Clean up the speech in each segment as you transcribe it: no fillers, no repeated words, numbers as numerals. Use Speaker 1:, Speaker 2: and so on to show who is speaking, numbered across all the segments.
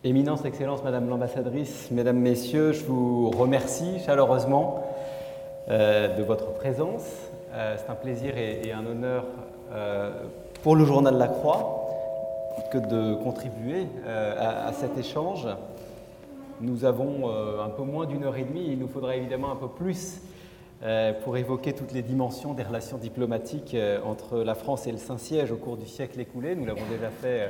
Speaker 1: Éminence, Excellence, Madame l'ambassadrice, Mesdames, Messieurs, je vous remercie chaleureusement de votre présence. C'est un plaisir et un honneur pour le Journal La Croix que de contribuer à cet échange. Nous avons un peu moins d'une heure et demie, il nous faudra évidemment un peu plus pour évoquer toutes les dimensions des relations diplomatiques entre la France et le Saint-Siège au cours du siècle écoulé. Nous l'avons déjà fait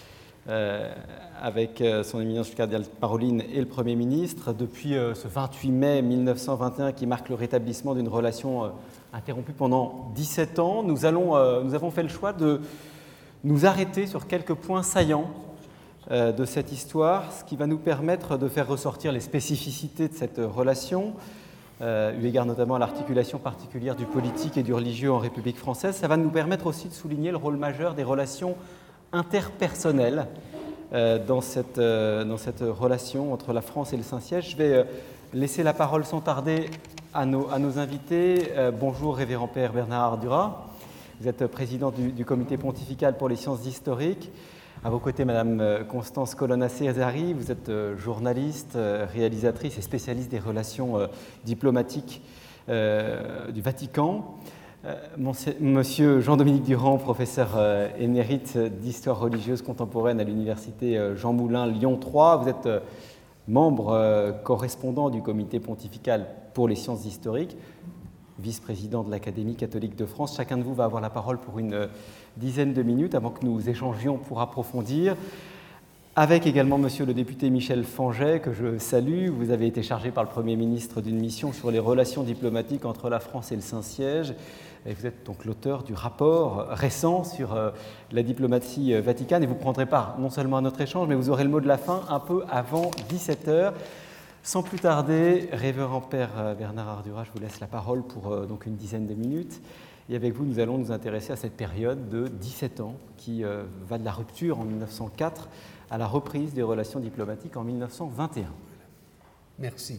Speaker 1: avec son éminence le cardinal Parolin et le Premier ministre, depuis ce 28 mai 1921 qui marque le rétablissement d'une relation interrompue pendant 17 ans. Nous avons fait le choix de nous arrêter sur quelques points saillants de cette histoire, ce qui va nous permettre de faire ressortir les spécificités de cette relation, eu égard notamment à l'articulation particulière du politique et du religieux en République française. Ça va nous permettre aussi de souligner le rôle majeur des relations interpersonnelles dans cette relation entre la France et le Saint-Siège. Je vais laisser la parole sans tarder à nos invités. Bonjour, révérend Père Bernard Ardura. Vous êtes président du Comité pontifical pour les sciences historiques. À vos côtés, Madame Constance Colonna-Cesari, vous êtes journaliste, réalisatrice et spécialiste des relations diplomatiques du Vatican. Monsieur Jean-Dominique Durand, professeur émérite d'histoire religieuse contemporaine à l'université Jean Moulin Lyon 3. Vous êtes membre correspondant du Comité pontifical pour les sciences historiques, vice-président de l'Académie catholique de France. Chacun de vous va avoir la parole pour une dizaine de minutes avant que nous échangions pour approfondir. Avec également monsieur le député Michel Fanget, que je salue. Vous avez été chargé par le Premier ministre d'une mission sur les relations diplomatiques entre la France et le Saint-Siège. Et vous êtes donc l'auteur du rapport récent sur la diplomatie vaticane. Et vous prendrez part non seulement à notre échange, mais vous aurez le mot de la fin un peu avant 17h. Sans plus tarder, révérend Père Bernard Ardura, je vous laisse la parole pour donc une dizaine de minutes. Et avec vous, nous allons nous intéresser à cette période de 17 ans qui va de la rupture en 1904 à la reprise des relations diplomatiques en 1921.
Speaker 2: Merci.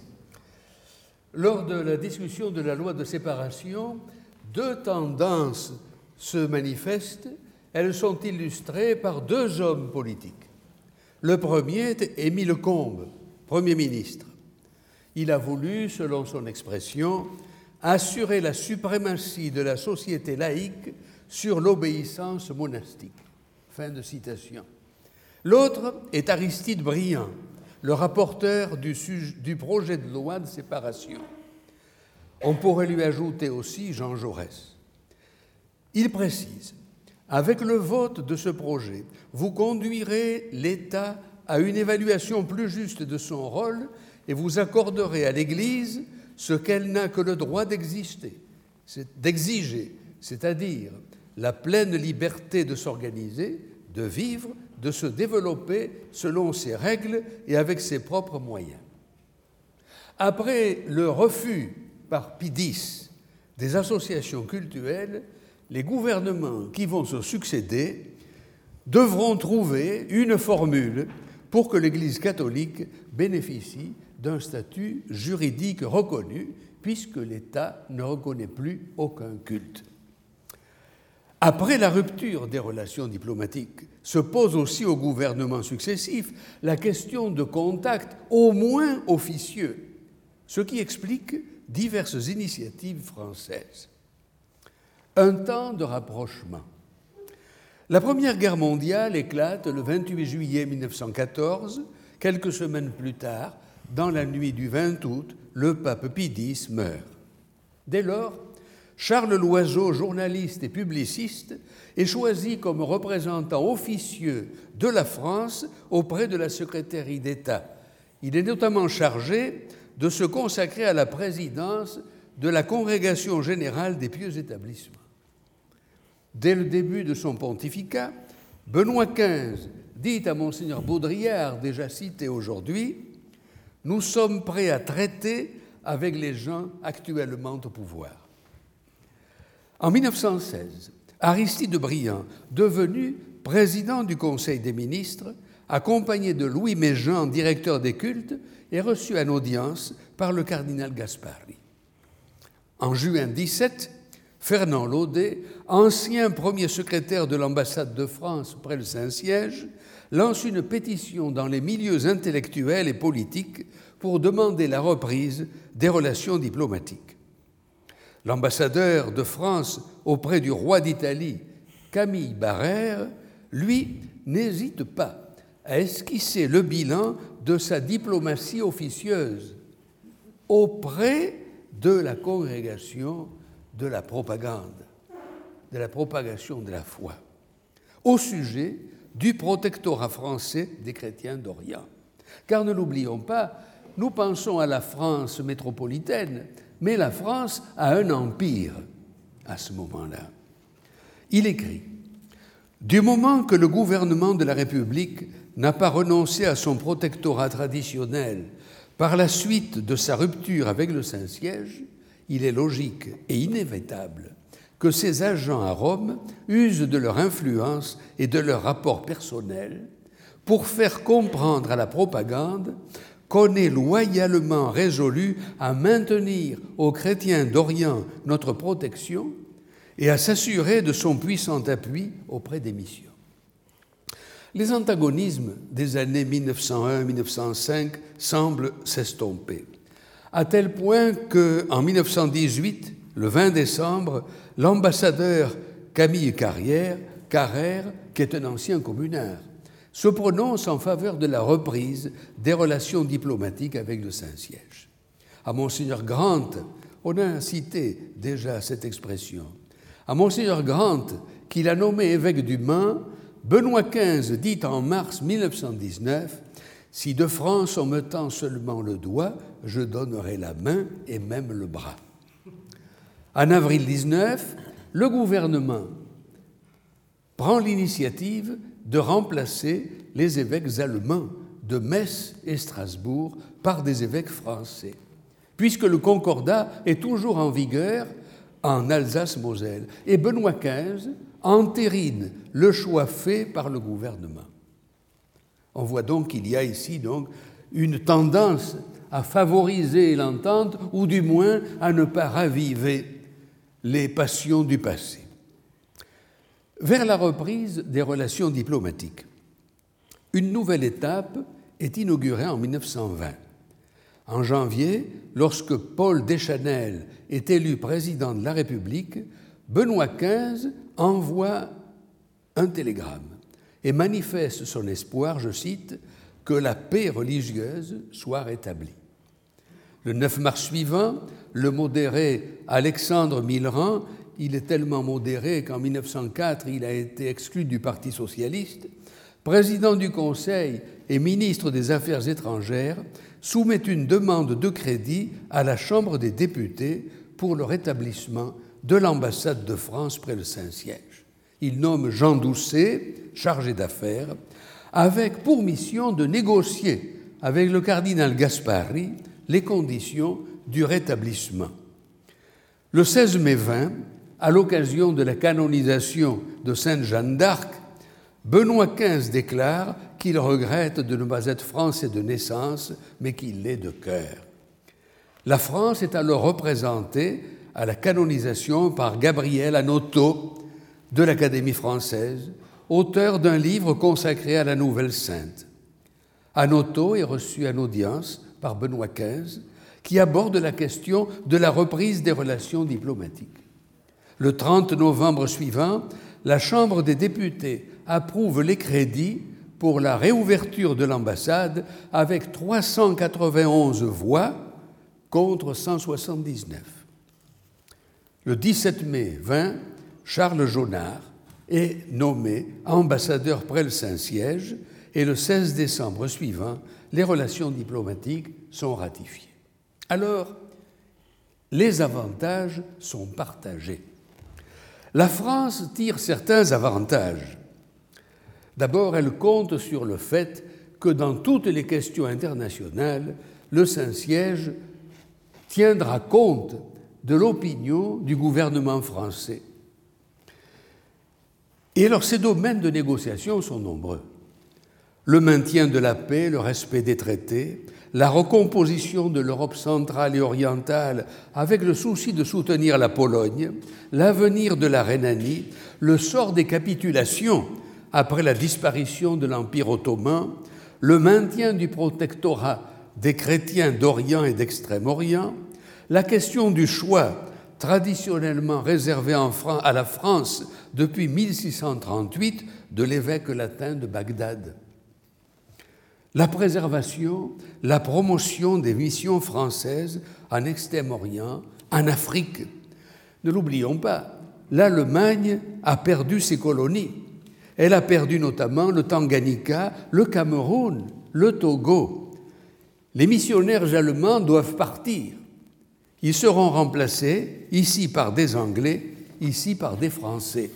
Speaker 2: Lors de la discussion de la loi de séparation, deux tendances se manifestent. Elles sont illustrées par deux hommes politiques. Le premier est Émile Combes, Premier ministre. Il a voulu, selon son expression, assurer la suprématie de la société laïque sur l'obéissance monastique. Fin de citation. L'autre est Aristide Briand, le rapporteur du projet de loi de séparation. On pourrait lui ajouter aussi Jean Jaurès. Il précise, avec le vote de ce projet, vous conduirez l'État à une évaluation plus juste de son rôle et vous accorderez à l'Église ce qu'elle n'a que le droit d'exiger, c'est-à-dire la pleine liberté de s'organiser, de vivre, de se développer selon ses règles et avec ses propres moyens. Après le refus par Pie X des associations cultuelles, les gouvernements qui vont se succéder devront trouver une formule pour que l'Église catholique bénéficie d'un statut juridique reconnu, puisque l'État ne reconnaît plus aucun culte. Après la rupture des relations diplomatiques, se pose aussi aux gouvernements successifs la question de contacts au moins officieux, ce qui explique diverses initiatives françaises. Un temps de rapprochement. La Première Guerre mondiale éclate le 28 juillet 1914. Quelques semaines plus tard, dans la nuit du 20 août, le pape Pie X meurt. Dès lors, Charles Loiseau, journaliste et publiciste, est choisi comme représentant officieux de la France auprès de la secrétaire d'État. Il est notamment chargé de se consacrer à la présidence de la Congrégation générale des pieux établissements. Dès le début de son pontificat, Benoît XV dit à Monseigneur Baudrillard, déjà cité aujourd'hui, « Nous sommes prêts à traiter avec les gens actuellement au pouvoir. » En 1916, Aristide Briand, devenu président du Conseil des ministres, accompagné de Louis Méjean, directeur des cultes, est reçu en audience par le cardinal Gasparri. En juin 17, Fernand Laudet, ancien premier secrétaire de l'ambassade de France près le Saint-Siège, lance une pétition dans les milieux intellectuels et politiques pour demander la reprise des relations diplomatiques. L'ambassadeur de France auprès du roi d'Italie, Camille Barrère, lui, n'hésite pas à esquisser le bilan de sa diplomatie officieuse auprès de la congrégation de la propagande, de la propagation de la foi, au sujet du protectorat français des chrétiens d'Orient. Car ne l'oublions pas, nous pensons à la France métropolitaine, mais la France a un empire à ce moment-là. Il écrit « Du moment que le gouvernement de la République n'a pas renoncé à son protectorat traditionnel par la suite de sa rupture avec le Saint-Siège, il est logique et inévitable que ses agents à Rome usent de leur influence et de leur rapport personnel pour faire comprendre à la propagande qu'on est loyalement résolu à maintenir aux chrétiens d'Orient notre protection et à s'assurer de son puissant appui auprès des missions. » Les antagonismes des années 1901-1905 semblent s'estomper, à tel point qu'en 1918, le 20 décembre, l'ambassadeur Camille Carrère, qui est un ancien communard, se prononce en faveur de la reprise des relations diplomatiques avec le Saint-Siège. À Monseigneur Grant, on a cité déjà cette expression, à Monseigneur Grant, qu'il a nommé évêque du Mans, Benoît XV dit en mars 1919 « Si de France on me tend seulement le doigt, je donnerai la main et même le bras. » En avril 19, le gouvernement prend l'initiative de remplacer les évêques allemands de Metz et Strasbourg par des évêques français, puisque le concordat est toujours en vigueur en Alsace-Moselle. Et Benoît XV entérine le choix fait par le gouvernement. On voit donc qu'il y a ici donc une tendance à favoriser l'entente, ou du moins à ne pas raviver les passions du passé. Vers la reprise des relations diplomatiques, une nouvelle étape est inaugurée en 1920. En janvier, lorsque Paul Deschanel est élu président de la République, Benoît XV envoie un télégramme et manifeste son espoir, je cite, « que la paix religieuse soit rétablie ». Le 9 mars suivant, le modéré Alexandre Millerand, il est tellement modéré qu'en 1904, il a été exclu du Parti socialiste, président du Conseil et ministre des Affaires étrangères, soumet une demande de crédit à la Chambre des députés pour le rétablissement de l'ambassade de France près le Saint-Siège. Il nomme Jean Doucet, chargé d'affaires, avec pour mission de négocier avec le cardinal Gasparri les conditions du rétablissement. Le 16 mai 20, à l'occasion de la canonisation de Sainte Jeanne d'Arc, Benoît XV déclare qu'il regrette de ne pas être français de naissance, mais qu'il l'est de cœur. La France est alors représentée à la canonisation par Gabriel Hanotaux de l'Académie française, auteur d'un livre consacré à la Nouvelle Sainte. Hanotaux est reçu en audience par Benoît XV, qui aborde la question de la reprise des relations diplomatiques. Le 30 novembre suivant, la Chambre des députés approuve les crédits pour la réouverture de l'ambassade avec 391 voix contre 179. Le 17 mai 20, Charles Jaunard est nommé ambassadeur près le Saint-Siège et le 16 décembre suivant, les relations diplomatiques sont ratifiées. Alors, les avantages sont partagés. La France tire certains avantages. D'abord, elle compte sur le fait que dans toutes les questions internationales, le Saint-Siège tiendra compte de l'opinion du gouvernement français. Et alors, ces domaines de négociation sont nombreux. le maintien de la paix, le respect des traités, la recomposition de l'Europe centrale et orientale avec le souci de soutenir la Pologne, l'avenir de la Rhénanie, le sort des capitulations après la disparition de l'Empire ottoman, le maintien du protectorat des chrétiens d'Orient et d'Extrême-Orient, la question du choix traditionnellement réservé à la France depuis 1638 de l'évêque latin de Bagdad, la préservation, la promotion des missions françaises en Extrême-Orient, en Afrique. Ne l'oublions pas, l'Allemagne a perdu ses colonies. Elle a perdu notamment le Tanganyika, le Cameroun, le Togo. Les missionnaires allemands doivent partir. Ils seront remplacés, ici par des Anglais, ici par des Français.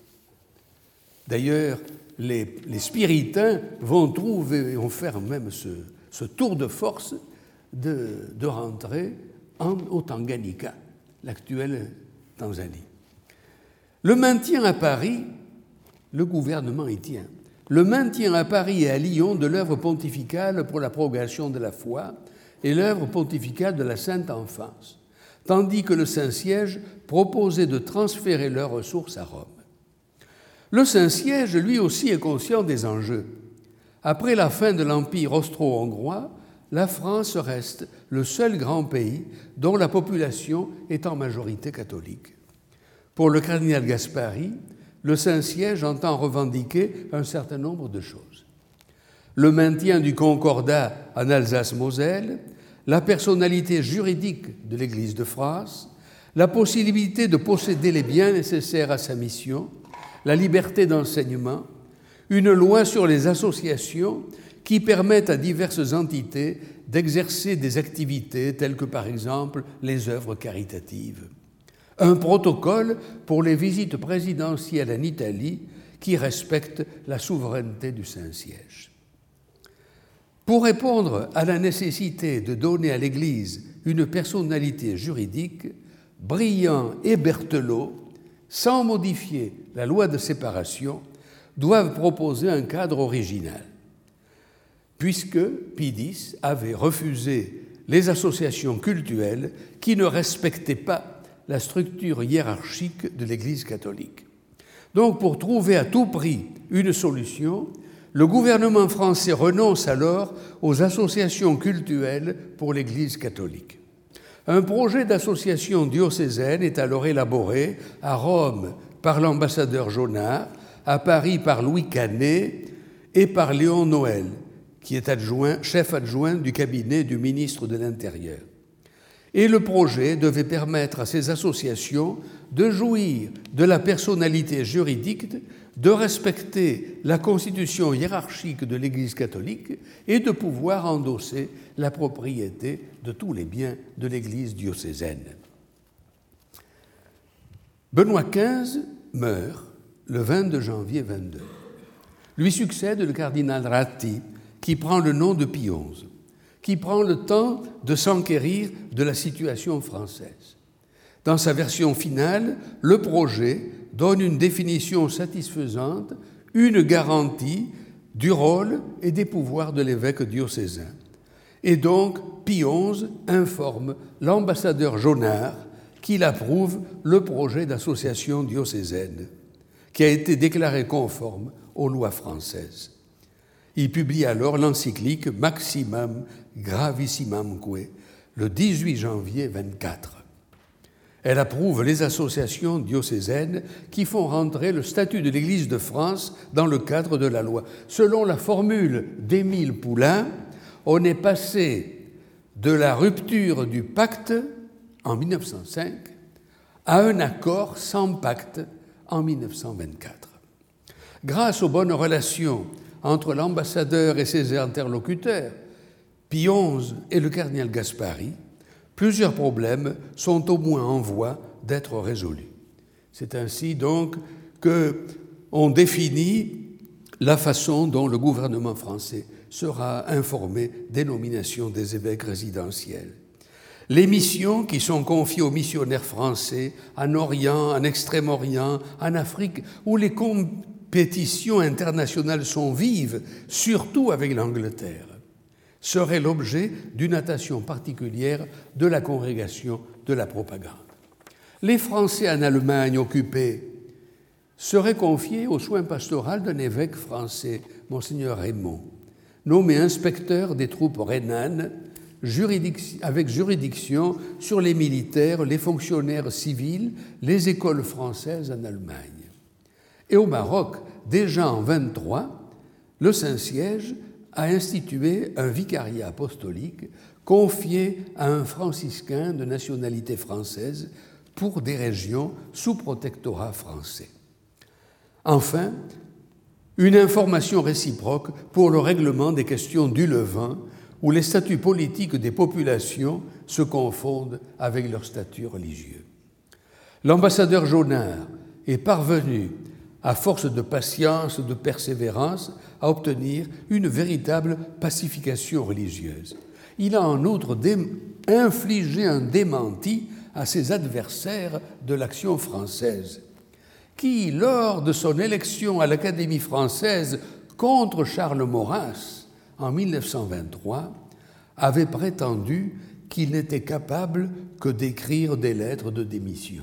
Speaker 2: D'ailleurs, les spiritains vont faire même ce tour de force de rentrer au Tanganyika, l'actuelle Tanzanie. Le maintien à Paris, le gouvernement y tient. Le maintien à Paris et à Lyon de l'œuvre pontificale pour la propagation de la foi et l'œuvre pontificale de la Sainte Enfance, tandis que le Saint-Siège proposait de transférer leurs ressources à Rome. Le Saint-Siège, lui aussi, est conscient des enjeux. Après la fin de l'Empire austro-hongrois, la France reste le seul grand pays dont la population est en majorité catholique. Pour le cardinal Gaspari, le Saint-Siège entend revendiquer un certain nombre de choses. Le maintien du concordat en Alsace-Moselle, la personnalité juridique de l'Église de France, la possibilité de posséder les biens nécessaires à sa mission, la liberté d'enseignement, une loi sur les associations qui permettent à diverses entités d'exercer des activités telles que par exemple les œuvres caritatives, un protocole pour les visites présidentielles en Italie qui respecte la souveraineté du Saint-Siège. Pour répondre à la nécessité de donner à l'Église une personnalité juridique, Briand et Berthelot, sans modifier la loi de séparation, doivent proposer un cadre original, puisque Pie X avait refusé les associations cultuelles qui ne respectaient pas la structure hiérarchique de l'Église catholique. Donc, pour trouver à tout prix une solution, le gouvernement français renonce alors aux associations cultuelles pour l'Église catholique. Un projet d'association diocésaine est alors élaboré à Rome par l'ambassadeur Jonard, à Paris par Louis Canet et par Léon Noël, qui est chef adjoint du cabinet du ministre de l'Intérieur. Et le projet devait permettre à ces associations de jouir de la personnalité juridique, de respecter la constitution hiérarchique de l'Église catholique et de pouvoir endosser la propriété de tous les biens de l'Église diocésaine. Benoît XV meurt le 22 janvier 22. Lui succède le cardinal Ratti, qui prend le nom de Pie XI, qui prend le temps de s'enquérir de la situation française. Dans sa version finale, le projet donne une définition satisfaisante, une garantie du rôle et des pouvoirs de l'évêque diocésain. Et donc, Pie XI informe l'ambassadeur Jonard qu'il approuve le projet d'association diocésaine, qui a été déclaré conforme aux lois françaises. Il publie alors l'encyclique Maximam Gravissimamque le 18 janvier 24. Elle approuve les associations diocésaines qui font rentrer le statut de l'Église de France dans le cadre de la loi. Selon la formule d'Émile Poulain, on est passé de la rupture du pacte en 1905 à un accord sans pacte en 1924. Grâce aux bonnes relations entre l'ambassadeur et ses interlocuteurs, Pie XI et le cardinal Gaspari, plusieurs problèmes sont au moins en voie d'être résolus. C'est ainsi donc qu'on définit la façon dont le gouvernement français sera informé des nominations des évêques résidentiels. Les missions qui sont confiées aux missionnaires français en Orient, en Extrême-Orient, en Afrique, ou les pétitions internationales sont vives, surtout avec l'Angleterre, serait l'objet d'une attention particulière de la congrégation de la propagande. Les Français en Allemagne occupée seraient confiés aux soins pastoraux d'un évêque français, Monseigneur Raymond, nommé inspecteur des troupes rhénanes, avec juridiction sur les militaires, les fonctionnaires civils, les écoles françaises en Allemagne. Et au Maroc, déjà en 1923, le Saint-Siège a institué un vicariat apostolique confié à un franciscain de nationalité française pour des régions sous protectorat français. Enfin, une information réciproque pour le règlement des questions du Levant, où les statuts politiques des populations se confondent avec leurs statuts religieux. L'ambassadeur Jonard est parvenu, à force de patience, de persévérance, à obtenir une véritable pacification religieuse. Il a en outre infligé un démenti à ses adversaires de l'action française, qui, lors de son élection à l'Académie française contre Charles Maurras, en 1923, avait prétendu qu'il n'était capable que d'écrire des lettres de démission.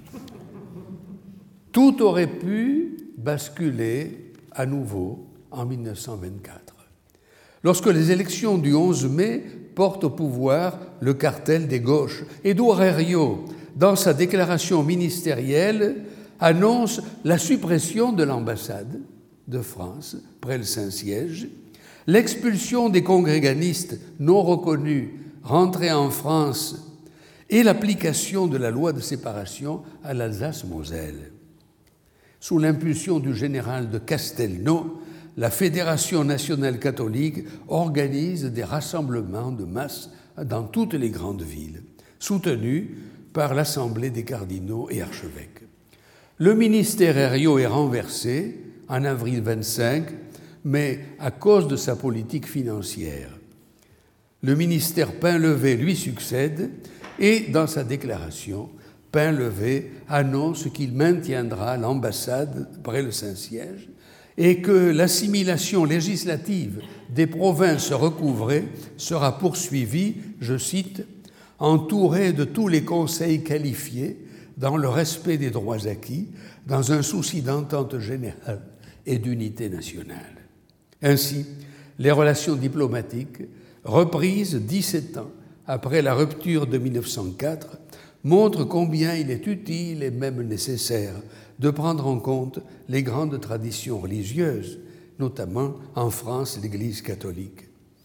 Speaker 2: Tout aurait pu basculer à nouveau en 1924, lorsque les élections du 11 mai portent au pouvoir le cartel des gauches. Édouard Herriot, dans sa déclaration ministérielle, annonce la suppression de l'ambassade de France près le Saint-Siège, l'expulsion des congréganistes non reconnus rentrés en France et l'application de la loi de séparation à l'Alsace-Moselle. Sous l'impulsion du général de Castelnau, la Fédération nationale catholique organise des rassemblements de masse dans toutes les grandes villes, soutenus par l'Assemblée des cardinaux et archevêques. Le ministère Herriot est renversé en avril 25, mais à cause de sa politique financière. Le ministère Painlevé lui succède et, dans sa déclaration, Painlevé annonce qu'il maintiendra l'ambassade près le Saint-Siège et que l'assimilation législative des provinces recouvrées sera poursuivie, je cite, « entourée de tous les conseils qualifiés dans le respect des droits acquis, dans un souci d'entente générale et d'unité nationale ». Ainsi, les relations diplomatiques, reprises 17 ans après la rupture de 1904, montrent combien il est utile et même nécessaire de prendre en compte les grandes traditions religieuses, notamment en France l'Église catholique.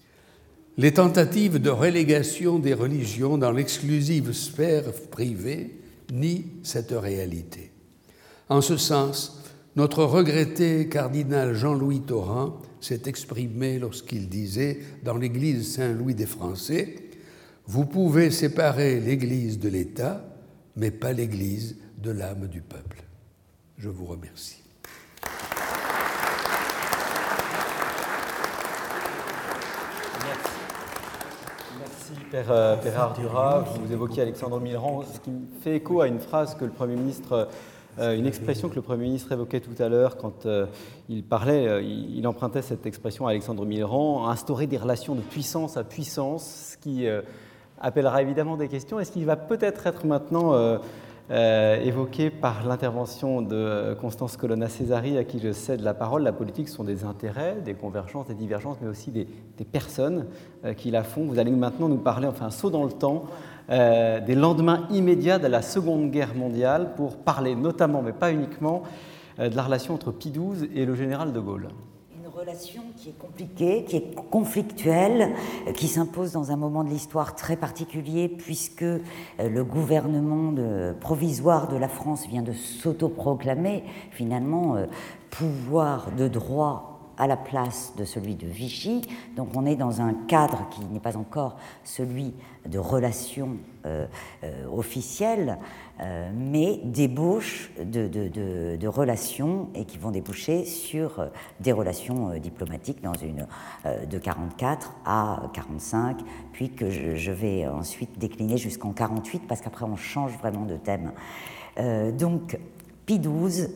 Speaker 2: Les tentatives de relégation des religions dans l'exclusive sphère privée nient cette réalité. En ce sens, notre regretté cardinal Jean-Louis Torrent s'est exprimé lorsqu'il disait dans l'Église Saint-Louis des Français « Vous pouvez séparer l'Église de l'État, mais pas l'Église de l'âme du peuple. » Je vous remercie.
Speaker 1: Merci Père Ardura. Vous évoquiez Alexandre Millerand, ce qui me fait écho à une phrase que le Premier ministre... une expression que le Premier ministre évoquait tout à l'heure quand il parlait, il empruntait cette expression à Alexandre Millerand, instaurer des relations de puissance à puissance, ce qui appellera évidemment des questions et ce qui va peut-être être maintenant évoqué par l'intervention de Constance Colonna-Césari, à qui je cède la parole. La politique, ce sont des intérêts, des convergences, des divergences, mais aussi des personnes qui la font. Vous allez maintenant nous parler, enfin un saut dans le temps, des lendemains immédiats de la Seconde Guerre mondiale pour parler notamment, mais pas uniquement, de la relation entre Pie XII et le général de Gaulle.
Speaker 3: Une relation qui est compliquée, qui est conflictuelle, qui s'impose dans un moment de l'histoire très particulier puisque le gouvernement provisoire de la France vient de s'autoproclamer finalement pouvoir de droit à la place de celui de Vichy. Donc on est dans un cadre qui n'est pas encore celui de relations officielles, mais d'ébauche de relations et qui vont déboucher sur des relations diplomatiques dans une de 44 à 45, puis que je vais ensuite décliner jusqu'en 48 parce qu'après on change vraiment de thème. Donc Pie XII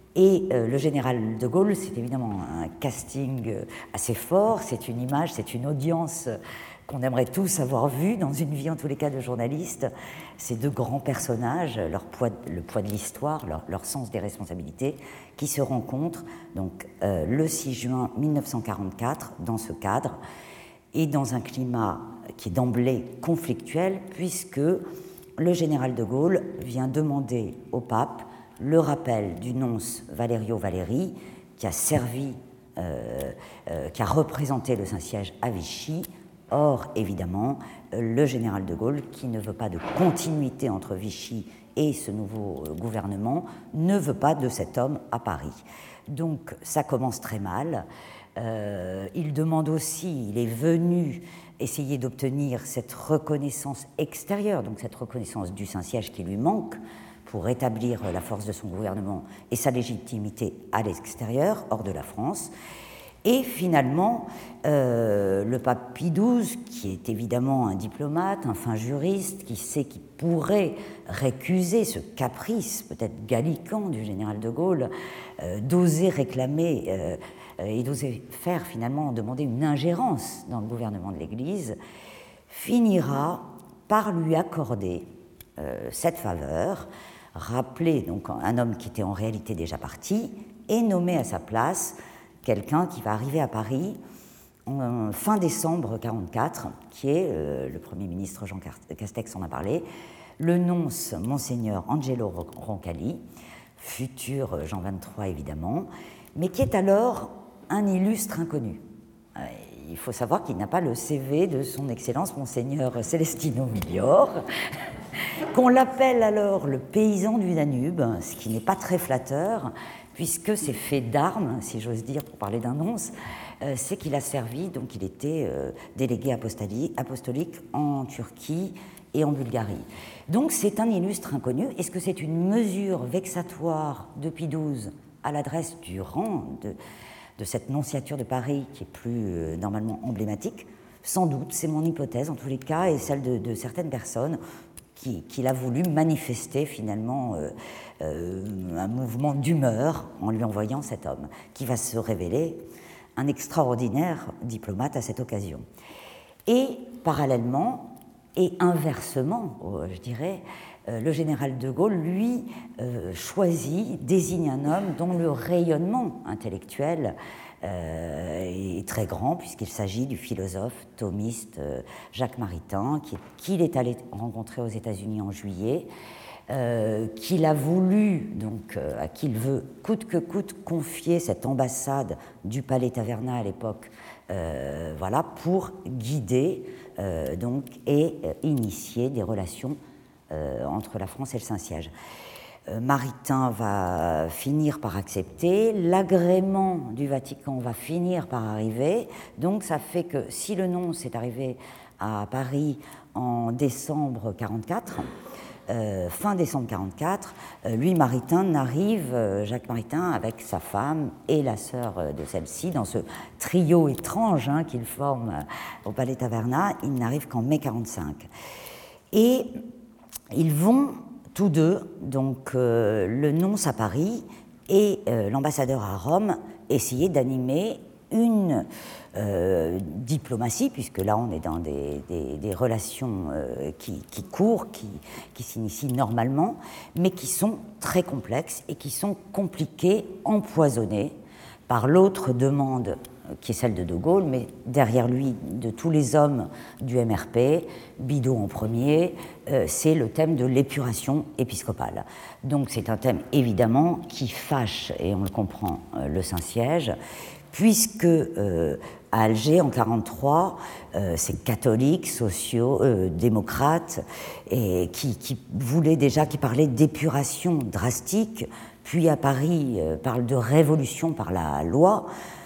Speaker 3: Et le général de Gaulle, c'est évidemment un casting assez fort, c'est une image, c'est une audience qu'on aimerait tous avoir vue dans une vie, en tous les cas, de journaliste. Ces deux grands personnages, le poids de l'histoire, leur sens des responsabilités, qui se rencontrent donc, le 6 juin 1944 dans ce cadre, et dans un climat qui est d'emblée conflictuel, puisque le général de Gaulle vient demander au pape le rappel du nonce Valerio Valeri, qui a servi, qui a représenté le Saint-Siège à Vichy. Or, évidemment, le général de Gaulle, qui ne veut pas de continuité entre Vichy et ce nouveau gouvernement, ne veut pas de cet homme à Paris. Donc, ça commence très mal. Il demande aussi, il est venu essayer d'obtenir cette reconnaissance extérieure, donc cette reconnaissance du Saint-Siège qui lui manque, pour rétablir la force de son gouvernement et sa légitimité à l'extérieur, hors de la France. Et finalement, le pape Pie XII, qui est évidemment un diplomate, un fin juriste, qui sait qu'il pourrait récuser ce caprice, peut-être gallican, du général de Gaulle, d'oser réclamer et d'oser faire finalement demander une ingérence dans le gouvernement de l'Église, finira par lui accorder cette faveur, rappeler donc un homme qui était en réalité déjà parti et nommer à sa place quelqu'un qui va arriver à Paris en fin décembre 1944, qui est, le Premier ministre Jean Castex en a parlé, le nonce Monseigneur Angelo Roncalli, futur Jean XXIII évidemment, mais qui est alors un illustre inconnu. Il faut savoir qu'il n'a pas le CV de son Excellence Monseigneur Celestino Miglior, qu'on l'appelle alors le paysan du Danube, ce qui n'est pas très flatteur, puisque ses faits d'armes, si j'ose dire, pour parler d'un nonce, c'est qu'il a servi, donc il était délégué apostolique en Turquie et en Bulgarie. Donc c'est un illustre inconnu. Est-ce que c'est une mesure vexatoire de Pie XII à l'adresse du rang de cette nonciature de Paris qui est plus normalement emblématique? Sans doute, c'est mon hypothèse en tous les cas, et celle de certaines personnes qu'il a voulu manifester finalement un mouvement d'humeur en lui envoyant cet homme, qui va se révéler un extraordinaire diplomate à cette occasion. Et parallèlement, et inversement, je dirais, le général de Gaulle, lui, désigne un homme dont le rayonnement intellectuel est très grand, puisqu'il s'agit du philosophe thomiste Jacques Maritain, qu'il est allé rencontrer aux États-Unis en juillet, qu'il a voulu, donc à qui il veut coûte que coûte confier cette ambassade du Palais Taverna à l'époque, voilà, pour guider donc, et initier des relations entre la France et le Saint-Siège. Maritain va finir par accepter, l'agrément du Vatican va finir par arriver, donc ça fait que si le nonce est arrivé à Paris en décembre 1944, fin décembre 1944, lui, Maritain, n'arrive, Jacques Maritain, avec sa femme et la sœur de celle-ci, dans ce trio étrange qu'il forme au Palais Taverna, il n'arrive qu'en mai 1945. Et ils vont tous deux, donc le nonce à Paris et l'ambassadeur à Rome, essayer d'animer une diplomatie, puisque là on est dans des relations qui courent, qui s'initient normalement, mais qui sont très complexes et qui sont compliquées, empoisonnées par l'autre demande qui est celle de Gaulle, mais derrière lui, de tous les hommes du MRP, Bidault en premier, c'est le thème de l'épuration épiscopale. Donc c'est un thème évidemment qui fâche, et on le comprend, le Saint-Siège, puisque à Alger en 1943, ces catholiques, sociaux, démocrates, et qui voulaient déjà, qui parlaient d'épuration drastique, puis à Paris parlent de révolution par la loi,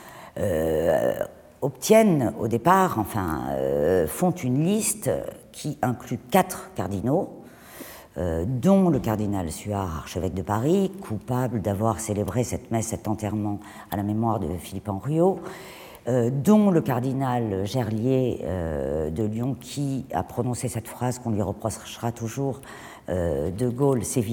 Speaker 3: obtiennent au départ, font une liste qui inclut 4 cardinaux, dont le cardinal Suard, archevêque de Paris, coupable d'avoir célébré cette messe, cet enterrement à la mémoire de Philippe Henriot, dont le cardinal Gerlier de Lyon, qui a prononcé cette phrase qu'on lui reprochera toujours, De Gaulle, c'est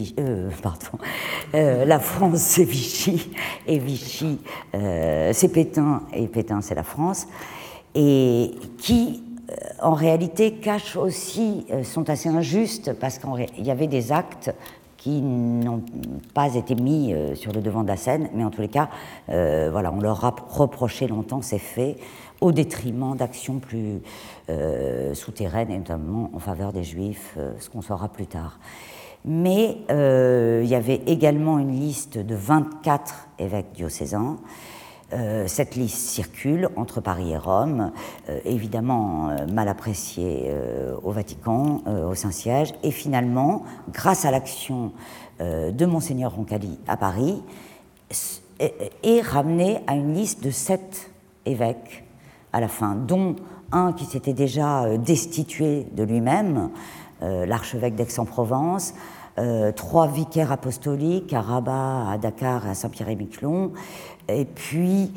Speaker 3: la France, c'est Vichy, et Vichy, c'est Pétain, et Pétain, c'est la France, et qui, en réalité, cachent aussi, sont assez injustes, parce qu'il y avait des actes qui n'ont pas été mis sur le devant de la scène, mais en tous les cas, voilà, on leur a reproché longtemps ces faits, au détriment d'actions plus souterraines, et notamment en faveur des Juifs, ce qu'on saura plus tard. Mais il y avait également une liste de 24 évêques diocésains. Cette liste circule entre Paris et Rome, évidemment mal appréciée au Vatican, au Saint-Siège, et finalement, grâce à l'action de Monseigneur Roncalli à Paris, est ramenée à une liste de 7 évêques à la fin, dont un qui s'était déjà destitué de lui-même, l'archevêque d'Aix-en-Provence, 3 vicaires apostoliques à Rabat, à Dakar et à Saint-Pierre-et-Miquelon, et puis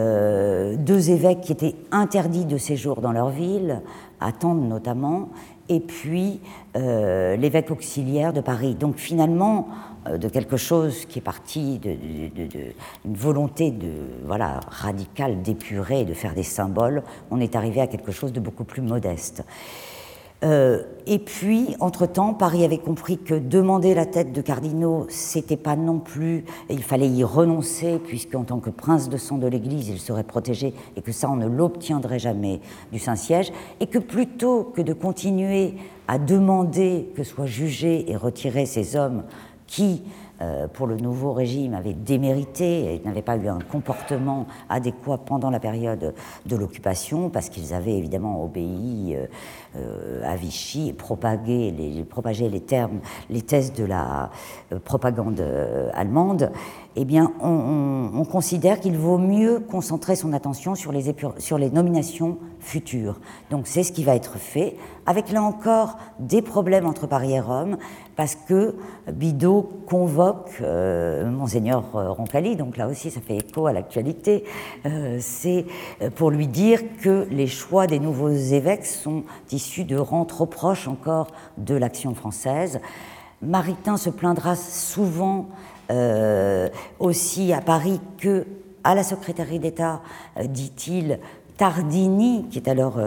Speaker 3: 2 évêques qui étaient interdits de séjour dans leur ville, à Tende notamment, et puis l'évêque auxiliaire de Paris. Donc finalement, de quelque chose qui est parti d'une volonté radicale d'épurer, de faire des symboles, on est arrivé à quelque chose de beaucoup plus modeste. Et puis, entre-temps, Paris avait compris que demander la tête de cardinaux, c'était pas non plus, il fallait y renoncer, puisqu'en tant que prince de sang de l'Église, il serait protégé, et que ça, on ne l'obtiendrait jamais du Saint-Siège, et que plutôt que de continuer à demander que soient jugés et retirés ces hommes qui, pour le nouveau régime, avaient démérité et n'avaient pas eu un comportement adéquat pendant la période de l'occupation, parce qu'ils avaient évidemment obéi à Vichy et propagé les thèses de la propagande allemande, eh bien, on considère qu'il vaut mieux concentrer son attention sur les nominations futures. Donc c'est ce qui va être fait, avec là encore des problèmes entre Paris et Rome, parce que Bidault convoque Monseigneur Roncalli, donc là aussi ça fait écho à l'actualité, c'est pour lui dire que les choix des nouveaux évêques sont issus de rangs trop proches encore de l'action française. Maritain se plaindra souvent aussi à Paris que, à la secrétaire d'État, dit-il, Tardini, qui est alors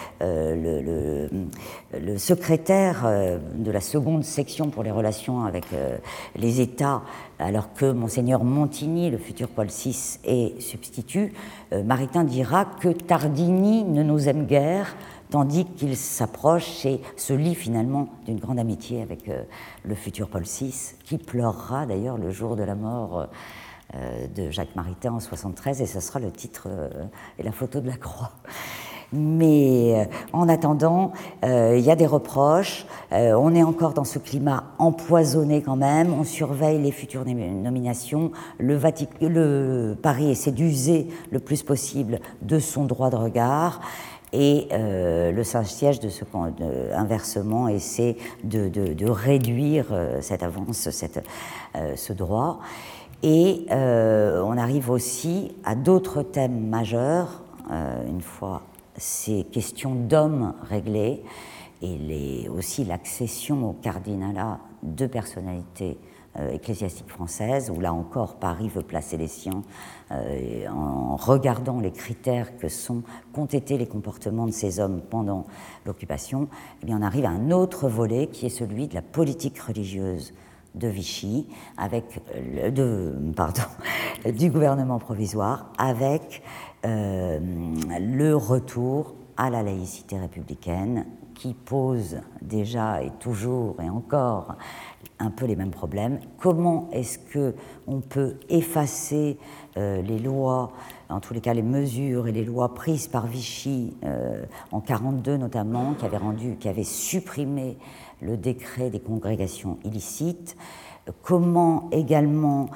Speaker 3: le secrétaire de la seconde section pour les relations avec les États, alors que Monseigneur Montigny, le futur Paul VI, est substitut, Maritain dira que Tardini ne nous aime guère, tandis qu'il s'approche et se lie finalement d'une grande amitié avec le futur Paul VI, qui pleurera d'ailleurs le jour de la mort de Jacques Maritain en 1973, et ce sera le titre et la photo de la croix. Mais en attendant, il y a des reproches, on est encore dans ce climat empoisonné quand même, on surveille les futures nominations, Paris essaie d'user le plus possible de son droit de regard, et le Saint-Siège, inversement, essaie de réduire cette avance, ce droit. Et on arrive aussi à d'autres thèmes majeurs, une fois ces questions d'hommes réglées, et aussi l'accession au cardinalat de personnalités ecclésiastiques françaises, où là encore Paris veut placer les siens en regardant les critères qu'ont été les comportements de ces hommes pendant l'occupation. Eh bien, on arrive à un autre volet qui est celui de la politique religieuse de Vichy, du gouvernement provisoire, avec le retour à la laïcité républicaine, qui pose déjà et toujours et encore un peu les mêmes problèmes. Comment est-ce qu'on peut effacer les lois, en tous les cas les mesures et les lois prises par Vichy en 1942 notamment, qui avaient supprimé le décret des congrégations illicites? Comment également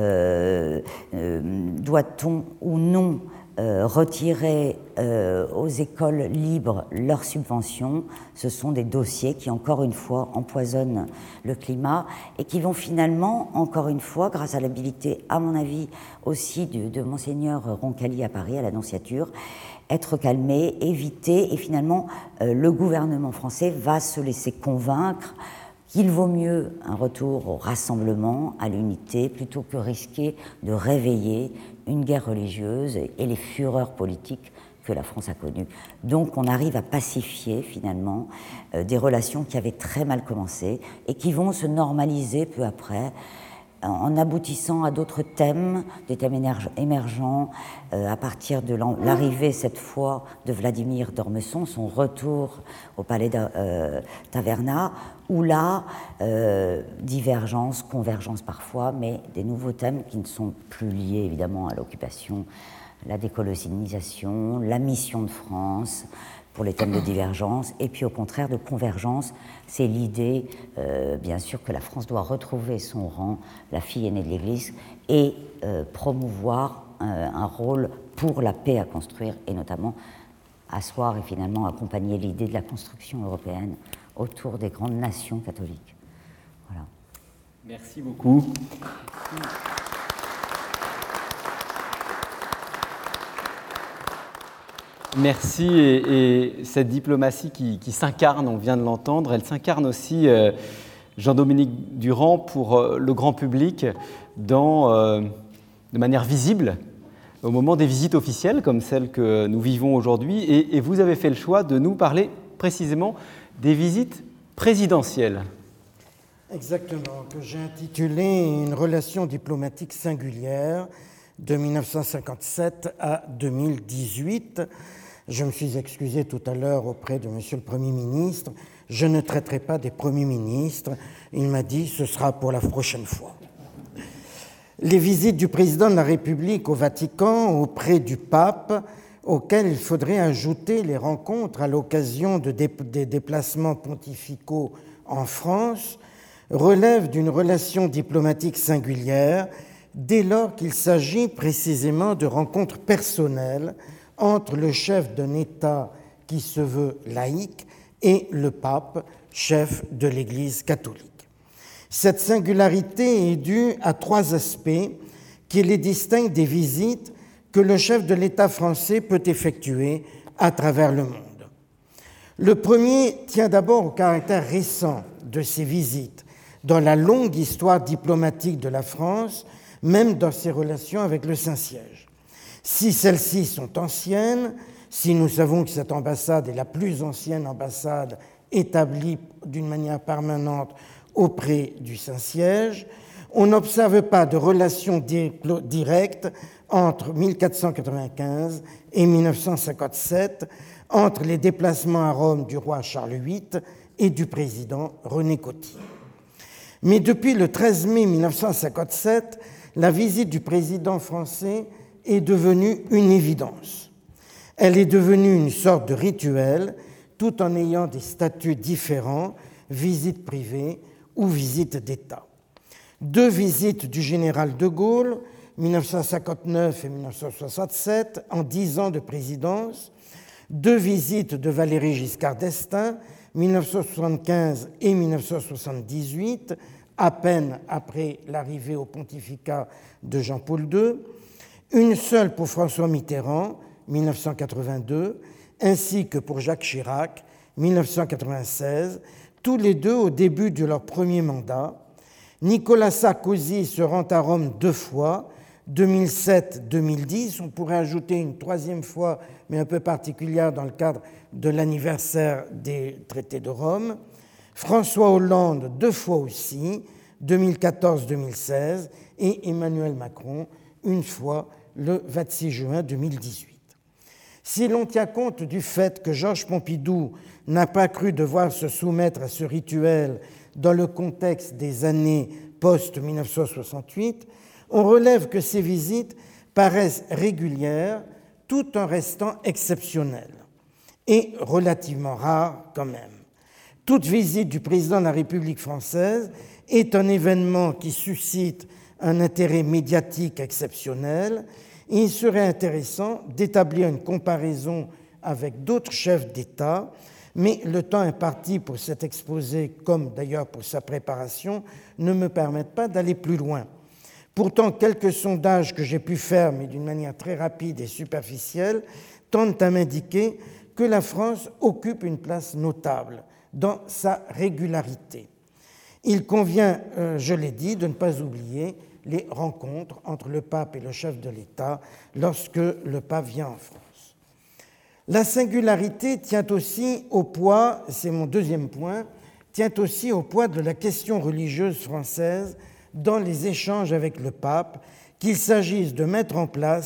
Speaker 3: doit-on ou non retirer aux écoles libres leurs subventions? Ce sont des dossiers qui, encore une fois, empoisonnent le climat et qui vont finalement, encore une fois, grâce à l'habilité, à mon avis, aussi de Monseigneur Roncalli à Paris, à la Nonciature, être calmés, évités, et finalement, le gouvernement français va se laisser convaincre qu'il vaut mieux un retour au rassemblement, à l'unité, plutôt que risquer de réveiller une guerre religieuse et les fureurs politiques que la France a connues. Donc on arrive à pacifier finalement des relations qui avaient très mal commencé et qui vont se normaliser peu après, en aboutissant à d'autres thèmes, des thèmes émergents, à partir de l'arrivée cette fois de Vladimir d'Ormesson, son retour au palais Taverna, où là, divergence, convergence parfois, mais des nouveaux thèmes qui ne sont plus liés évidemment à l'occupation, la décolonisation, la mission de France, pour les thèmes de divergence, et puis au contraire de convergence, c'est l'idée, bien sûr, que la France doit retrouver son rang, la fille aînée de l'Église, et promouvoir un rôle pour la paix à construire, et notamment asseoir et finalement accompagner l'idée de la construction européenne autour des grandes nations catholiques. Voilà.
Speaker 1: Merci beaucoup. Merci, et cette diplomatie qui s'incarne, on vient de l'entendre, elle s'incarne aussi, Jean-Dominique Durand, pour le grand public, de manière visible, au moment des visites officielles, comme celle que nous vivons aujourd'hui, et vous avez fait le choix de nous parler précisément des visites présidentielles.
Speaker 4: Exactement, que j'ai intitulé « Une relation diplomatique singulière » de 1957 à 2018. Je me suis excusé tout à l'heure auprès de Monsieur le Premier ministre. Je ne traiterai pas des premiers ministres. Il m'a dit « ce sera pour la prochaine fois ». Les visites du président de la République au Vatican auprès du pape, auxquelles il faudrait ajouter les rencontres à l'occasion des déplacements pontificaux en France, relèvent d'une relation diplomatique singulière dès lors qu'il s'agit précisément de rencontres personnelles entre le chef d'un État qui se veut laïque et le pape, chef de l'Église catholique. Cette singularité est due à trois aspects qui les distinguent des visites que le chef de l'État français peut effectuer à travers le monde. Le premier tient d'abord au caractère récent de ces visites dans la longue histoire diplomatique de la France, même dans ses relations avec le Saint-Siège. Si celles-ci sont anciennes, si nous savons que cette ambassade est la plus ancienne ambassade établie d'une manière permanente auprès du Saint-Siège, on n'observe pas de relation directe entre 1495 et 1957, entre les déplacements à Rome du roi Charles VIII et du président René Coty. Mais depuis le 13 mai 1957, la visite du président français est devenue une évidence. Elle est devenue une sorte de rituel, tout en ayant des statuts différents, visite privée ou visite d'État. Deux visites du général de Gaulle, 1959 et 1967, en 10 ans de présidence, deux visites de Valéry Giscard d'Estaing, 1975 et 1978, à peine après l'arrivée au pontificat de Jean-Paul II, une seule pour François Mitterrand, 1982, ainsi que pour Jacques Chirac, 1996, tous les deux au début de leur premier mandat. Nicolas Sarkozy se rend à Rome 2 fois, 2007-2010. On pourrait ajouter une troisième fois, mais un peu particulière dans le cadre de l'anniversaire des traités de Rome. François Hollande 2 fois aussi, 2014-2016, et Emmanuel Macron une fois le 26 juin 2018. Si l'on tient compte du fait que Georges Pompidou n'a pas cru devoir se soumettre à ce rituel dans le contexte des années post-1968, on relève que ces visites paraissent régulières tout en restant exceptionnelles et relativement rares quand même. Toute visite du président de la République française est un événement qui suscite un intérêt médiatique exceptionnel. Il serait intéressant d'établir une comparaison avec d'autres chefs d'État, mais le temps imparti pour cet exposé, comme d'ailleurs pour sa préparation, ne me permettent pas d'aller plus loin. Pourtant, quelques sondages que j'ai pu faire, mais d'une manière très rapide et superficielle, tendent à m'indiquer que la France occupe une place notable dans sa régularité. Il convient, je l'ai dit, de ne pas oublier les rencontres entre le pape et le chef de l'État lorsque le pape vient en France. La singularité tient aussi au poids, c'est mon deuxième point, tient aussi au poids de la question religieuse française dans les échanges avec le pape, qu'il s'agisse de mettre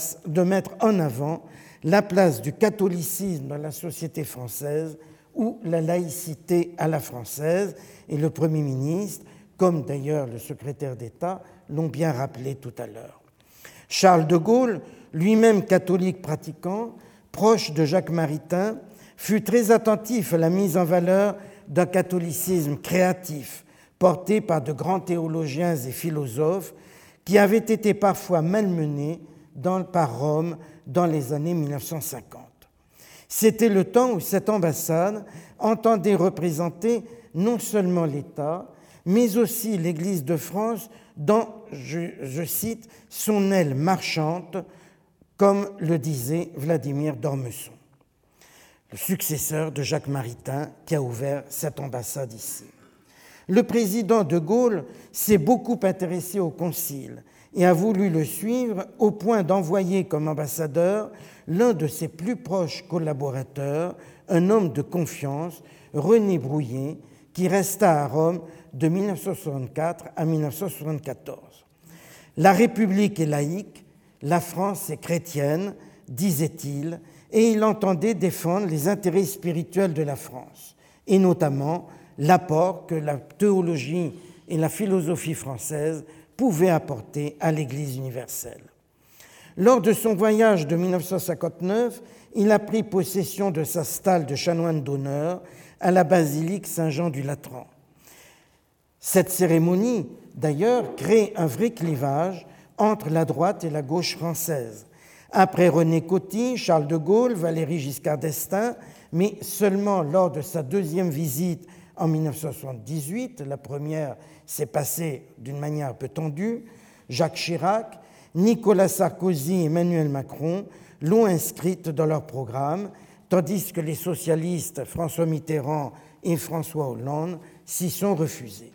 Speaker 4: en avant la place du catholicisme dans la société française ou la laïcité à la française, et le Premier ministre, comme d'ailleurs le secrétaire d'État, l'ont bien rappelé tout à l'heure. Charles de Gaulle, lui-même catholique pratiquant, proche de Jacques Maritain, fut très attentif à la mise en valeur d'un catholicisme créatif, porté par de grands théologiens et philosophes qui avaient été parfois malmenés par Rome dans les années 1950. C'était le temps où cette ambassade entendait représenter non seulement l'État, mais aussi l'Église de France dans, je cite, son aile marchante, comme le disait Vladimir d'Ormesson, le successeur de Jacques Maritain qui a ouvert cette ambassade ici. Le président de Gaulle s'est beaucoup intéressé au concile et a voulu le suivre au point d'envoyer comme ambassadeur l'un de ses plus proches collaborateurs, un homme de confiance, René Brouillet, qui resta à Rome de 1964 à 1974. La République est laïque, la France est chrétienne, disait-il, et il entendait défendre les intérêts spirituels de la France, et notamment l'apport que la théologie et la philosophie française pouvaient apporter à l'Église universelle. Lors de son voyage de 1959, il a pris possession de sa stalle de chanoine d'honneur à la basilique Saint-Jean du Latran. Cette cérémonie, d'ailleurs, crée un vrai clivage entre la droite et la gauche française. Après René Coty, Charles de Gaulle, Valéry Giscard d'Estaing, mais seulement lors de sa deuxième visite en 1978, la première s'est passée d'une manière un peu tendue, Jacques Chirac, Nicolas Sarkozy et Emmanuel Macron l'ont inscrite dans leur programme, tandis que les socialistes François Mitterrand et François Hollande s'y sont refusés.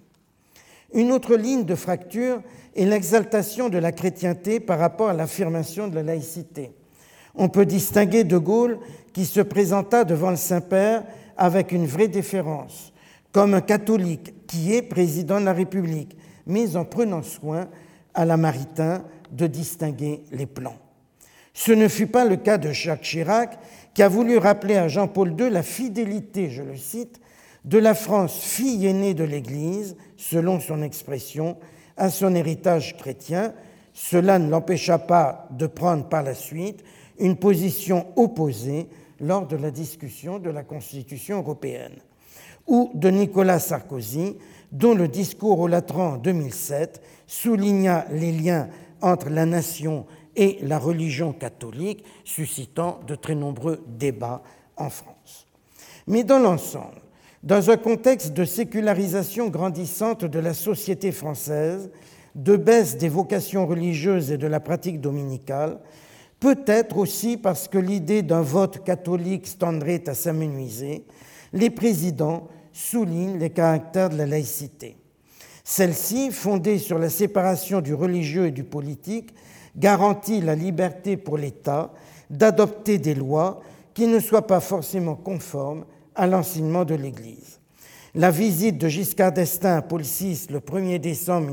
Speaker 4: Une autre ligne de fracture est l'exaltation de la chrétienté par rapport à l'affirmation de la laïcité. On peut distinguer de Gaulle qui se présenta devant le Saint-Père avec une vraie déférence, comme un catholique qui est président de la République, mais en prenant soin à la Maritain de distinguer les plans. Ce ne fut pas le cas de Jacques Chirac, qui a voulu rappeler à Jean-Paul II la fidélité, je le cite, de la France fille aînée de l'Église, selon son expression, à son héritage chrétien. Cela ne l'empêcha pas de prendre par la suite une position opposée lors de la discussion de la Constitution européenne, ou de Nicolas Sarkozy, dont le discours au Latran en 2007 souligna les liens entre la nation et la religion catholique, suscitant de très nombreux débats en France. Mais dans l'ensemble, dans un contexte de sécularisation grandissante de la société française, de baisse des vocations religieuses et de la pratique dominicale, peut-être aussi parce que l'idée d'un vote catholique tendrait à s'amenuiser, les présidents soulignent les caractères de la laïcité. Celle-ci, fondée sur la séparation du religieux et du politique, garantit la liberté pour l'État d'adopter des lois qui ne soient pas forcément conformes à l'enseignement de l'Église. La visite de Giscard d'Estaing à Paul VI le 1er décembre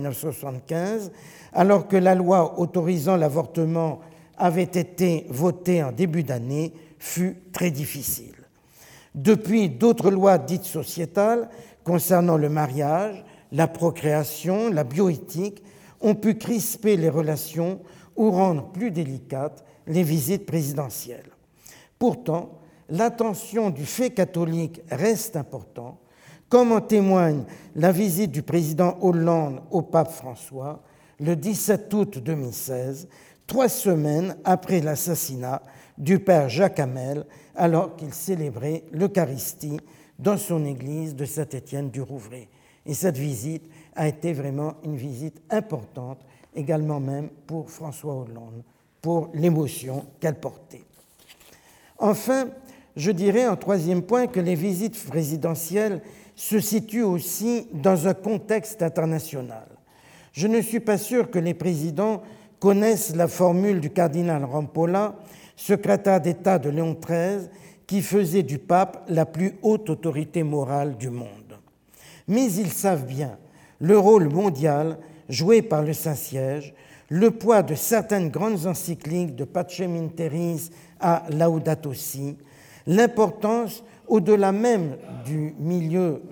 Speaker 4: 1975, alors que la loi autorisant l'avortement avait été votée en début d'année, fut très difficile. Depuis, d'autres lois dites sociétales concernant le mariage, la procréation, la bioéthique ont pu crisper les relations ou rendre plus délicates les visites présidentielles. Pourtant, l'attention du fait catholique reste importante, comme en témoigne la visite du président Hollande au pape François le 17 août 2016, 3 semaines après l'assassinat du père Jacques Hamel, alors qu'il célébrait l'Eucharistie dans son église de Saint-Étienne-du-Rouvray. Et cette visite a été vraiment une visite importante, également même pour François Hollande, pour l'émotion qu'elle portait. Enfin, je dirais en troisième point que les visites présidentielles se situent aussi dans un contexte international. Je ne suis pas sûr que les présidents connaissent la formule du cardinal Rampolla, secrétaire d'État de Léon XIII, qui faisait du pape la plus haute autorité morale du monde. Mais ils savent bien le rôle mondial joué par le Saint-Siège, le poids de certaines grandes encycliques de Pacem in Terris à Laudato Si, l'importance, au-delà même du milieu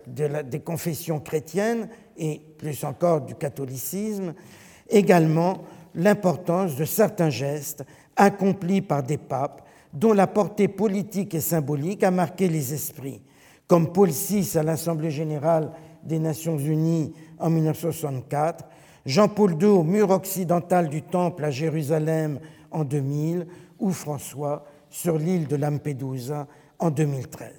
Speaker 4: des confessions chrétiennes et plus encore du catholicisme, également l'importance de certains gestes accomplis par des papes dont la portée politique et symbolique a marqué les esprits, comme Paul VI à l'Assemblée générale des Nations unies en 1964, Jean-Paul II au mur occidental du Temple à Jérusalem en 2000 ou François sur l'île de Lampedusa en 2013.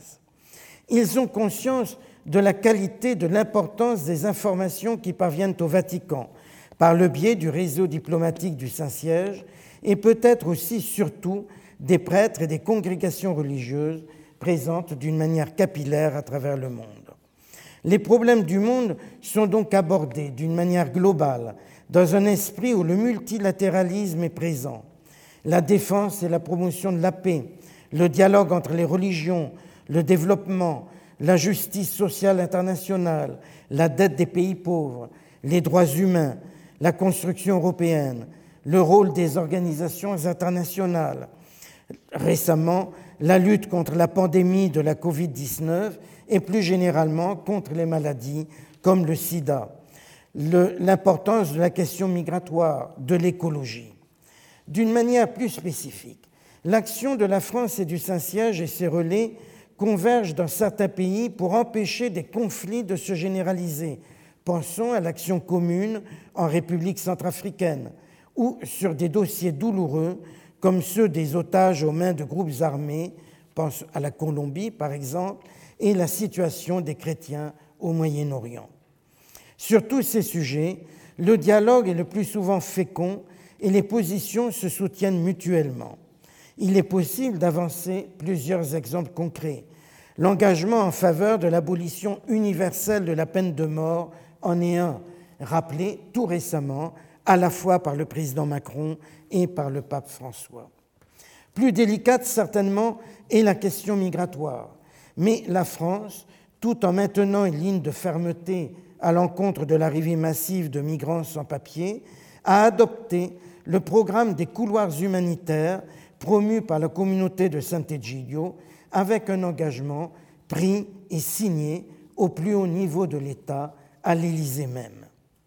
Speaker 4: Ils ont conscience de la qualité, de l'importance des informations qui parviennent au Vatican par le biais du réseau diplomatique du Saint-Siège et peut-être aussi, surtout, des prêtres et des congrégations religieuses présentes d'une manière capillaire à travers le monde. Les problèmes du monde sont donc abordés d'une manière globale, dans un esprit où le multilatéralisme est présent. La défense et la promotion de la paix, le dialogue entre les religions, le développement, la justice sociale internationale, la dette des pays pauvres, les droits humains, la construction européenne, le rôle des organisations internationales. Récemment, la lutte contre la pandémie de la Covid-19 et plus généralement contre les maladies comme le sida, l'importance de la question migratoire, de l'écologie. D'une manière plus spécifique, l'action de la France et du Saint-Siège et ses relais convergent dans certains pays pour empêcher des conflits de se généraliser. Pensons à l'action commune en République centrafricaine ou sur des dossiers douloureux comme ceux des otages aux mains de groupes armés, pense à la Colombie par exemple, et la situation des chrétiens au Moyen-Orient. Sur tous ces sujets, le dialogue est le plus souvent fécond et les positions se soutiennent mutuellement. Il est possible d'avancer plusieurs exemples concrets. L'engagement en faveur de l'abolition universelle de la peine de mort en est un, rappelé tout récemment à la fois par le président Macron et par le pape François. Plus délicate certainement est la question migratoire, mais la France, tout en maintenant une ligne de fermeté à l'encontre de l'arrivée massive de migrants sans papier, a adopté le programme des couloirs humanitaires promu par la communauté de Sant'Egidio avec un engagement pris et signé au plus haut niveau de l'État, à l'Élysée même.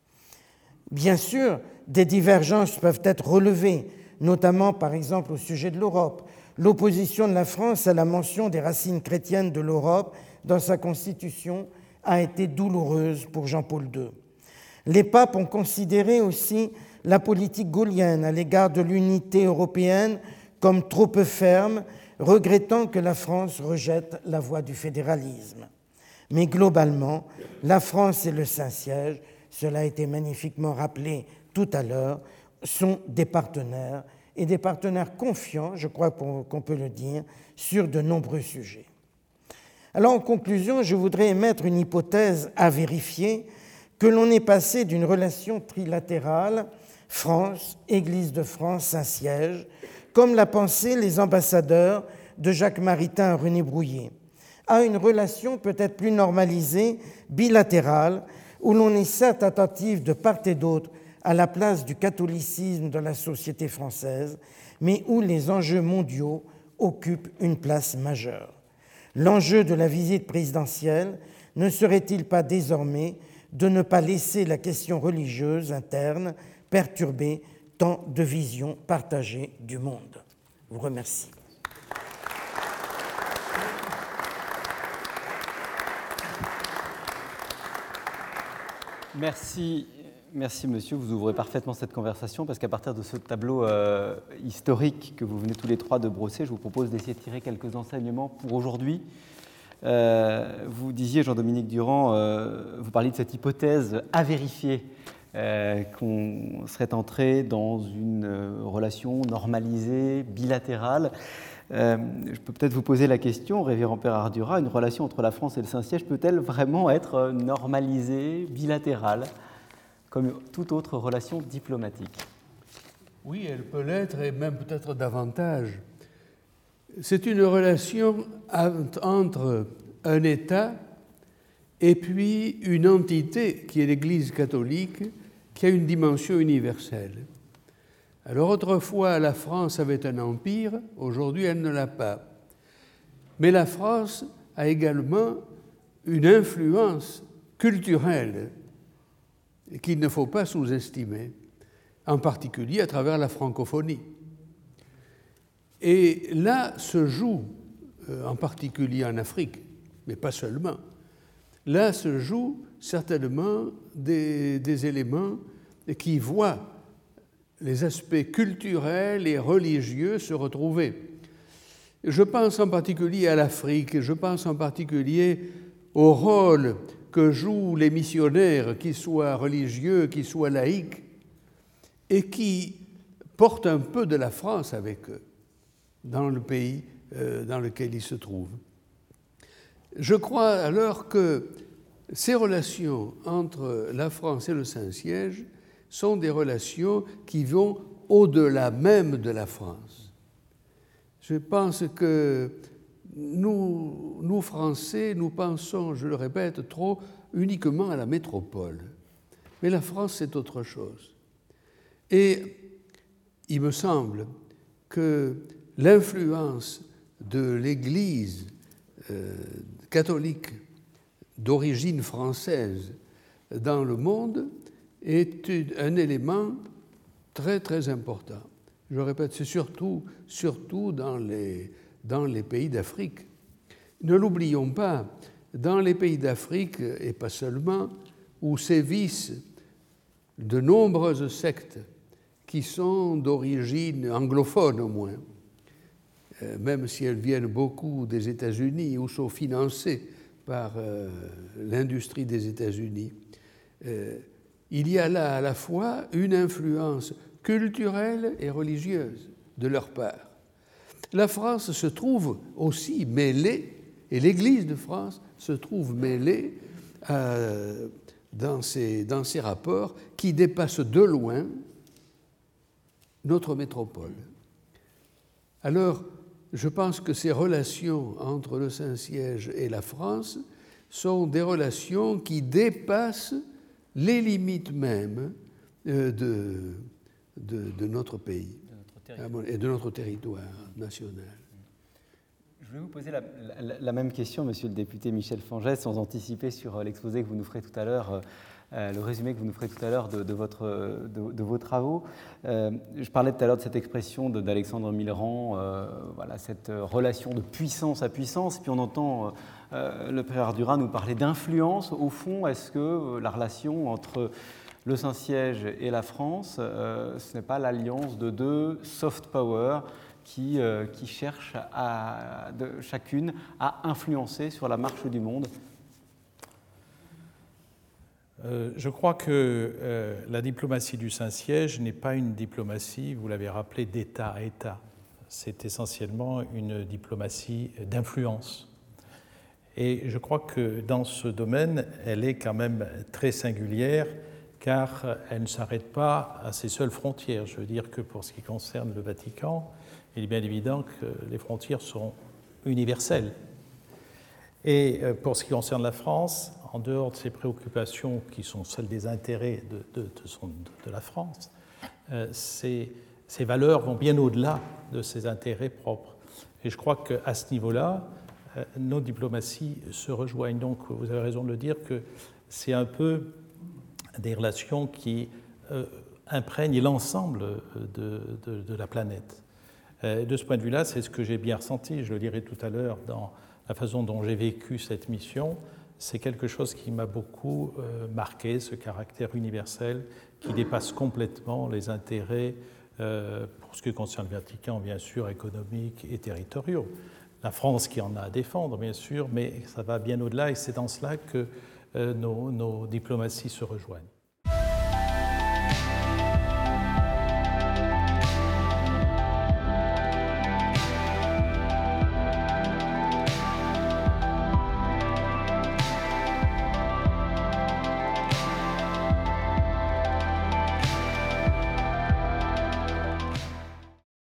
Speaker 4: Bien sûr, des divergences peuvent être relevées, notamment par exemple au sujet de l'Europe. L'opposition de la France à la mention des racines chrétiennes de l'Europe dans sa constitution a été douloureuse pour Jean-Paul II. Les papes ont considéré aussi la politique gaullienne à l'égard de l'unité européenne comme trop peu ferme, regrettant que la France rejette la voie du fédéralisme. Mais globalement, la France et le Saint-Siège, cela a été magnifiquement rappelé tout à l'heure, sont des partenaires et des partenaires confiants, je crois qu'on peut le dire, sur de nombreux sujets. Alors en conclusion, je voudrais émettre une hypothèse à vérifier, que l'on est passé d'une relation trilatérale, France, Église de France, Saint-Siège, comme l'a pensé les ambassadeurs de Jacques Maritain à René Brouillet, à une relation peut-être plus normalisée, bilatérale, où l'on est certes attentif de part et d'autre à la place du catholicisme dans la société française, mais où les enjeux mondiaux occupent une place majeure. L'enjeu de la visite présidentielle ne serait-il pas désormais de ne pas laisser la question religieuse interne perturber tant de visions partagées du monde? Je vous remercie.
Speaker 1: Merci monsieur, vous ouvrez parfaitement cette conversation parce qu'à partir de ce tableau historique que vous venez tous les trois de brosser, je vous propose d'essayer de tirer quelques enseignements pour aujourd'hui. Vous disiez, Jean-Dominique Durand, vous parliez de cette hypothèse à vérifier, qu'on serait entré dans une relation normalisée, bilatérale. Je peux peut-être vous poser la question, révérend Père Ardura, une relation entre la France et le Saint-Siège peut-elle vraiment être normalisée, bilatérale, comme toute autre relation diplomatique?
Speaker 2: Oui, elle peut l'être, et même peut-être davantage. C'est une relation entre un État et puis une entité qui est l'Église catholique, qui a une dimension universelle. Alors autrefois, la France avait un empire, aujourd'hui elle ne l'a pas. Mais la France a également une influence culturelle qu'il ne faut pas sous-estimer, en particulier à travers la francophonie. Et là se joue, en particulier en Afrique, mais pas seulement, là se jouent certainement des éléments qui voient les aspects culturels et religieux se retrouver. Je pense en particulier à l'Afrique, je pense en particulier au rôle que jouent les missionnaires, qu'ils soient religieux, qu'ils soient laïcs, et qui portent un peu de la France avec eux dans le pays dans lequel ils se trouvent. Je crois alors que ces relations entre la France et le Saint-Siège sont des relations qui vont au-delà même de la France. Je pense que nous, Français, nous pensons, je le répète, trop uniquement à la métropole. Mais la France, c'est autre chose. Et il me semble que l'influence de l'Église catholique d'origine française dans le monde est un élément très, très important. Je répète, c'est surtout dans les pays d'Afrique. Ne l'oublions pas, dans les pays d'Afrique, et pas seulement, où sévissent de nombreuses sectes qui sont d'origine anglophone au moins, même si elles viennent beaucoup des États-Unis ou sont financées par l'industrie des États-Unis. Il y a là à la fois une influence culturelle et religieuse de leur part. La France se trouve aussi mêlée, et l'Église de France se trouve mêlée dans ces rapports qui dépassent de loin notre métropole. Alors, je pense que ces relations entre le Saint-Siège et la France sont des relations qui dépassent les limites même de notre pays et de notre territoire national.
Speaker 1: Je vais vous poser la même question, monsieur le député Michel Fangès, sans anticiper sur l'exposé que vous nous ferez tout à l'heure, le résumé que vous nous ferez tout à l'heure de vos travaux. Je parlais tout à l'heure de cette expression d'Alexandre Millerand, voilà, cette relation de puissance à puissance, puis on entend le Père Ardura nous parler d'influence. Au fond, est-ce que la relation entre le Saint-Siège et la France, ce n'est pas l'alliance de deux soft power qui cherchent chacune à influencer sur la marche du monde?
Speaker 5: Je crois que la diplomatie du Saint-Siège n'est pas une diplomatie, vous l'avez rappelé, d'État à État. C'est essentiellement une diplomatie d'influence. Et je crois que dans ce domaine, elle est quand même très singulière, car elle ne s'arrête pas à ses seules frontières. Je veux dire que pour ce qui concerne le Vatican, il est bien évident que les frontières sont universelles. Et pour ce qui concerne la France, en dehors de ses préoccupations qui sont celles des intérêts de la France, ces valeurs vont bien au-delà de ses intérêts propres. Et je crois qu'à ce niveau-là, nos diplomaties se rejoignent. Donc, vous avez raison de le dire que c'est un peu des relations qui imprègnent l'ensemble de la planète. De ce point de vue-là, c'est ce que j'ai bien ressenti, je le dirai tout à l'heure, dans la façon dont j'ai vécu cette mission. C'est quelque chose qui m'a beaucoup marqué, ce caractère universel qui dépasse complètement les intérêts, pour ce qui concerne le Vatican, bien sûr, économiques et territoriaux. La France qui en a à défendre, bien sûr, mais ça va bien au-delà et c'est dans cela que nos diplomaties se rejoignent.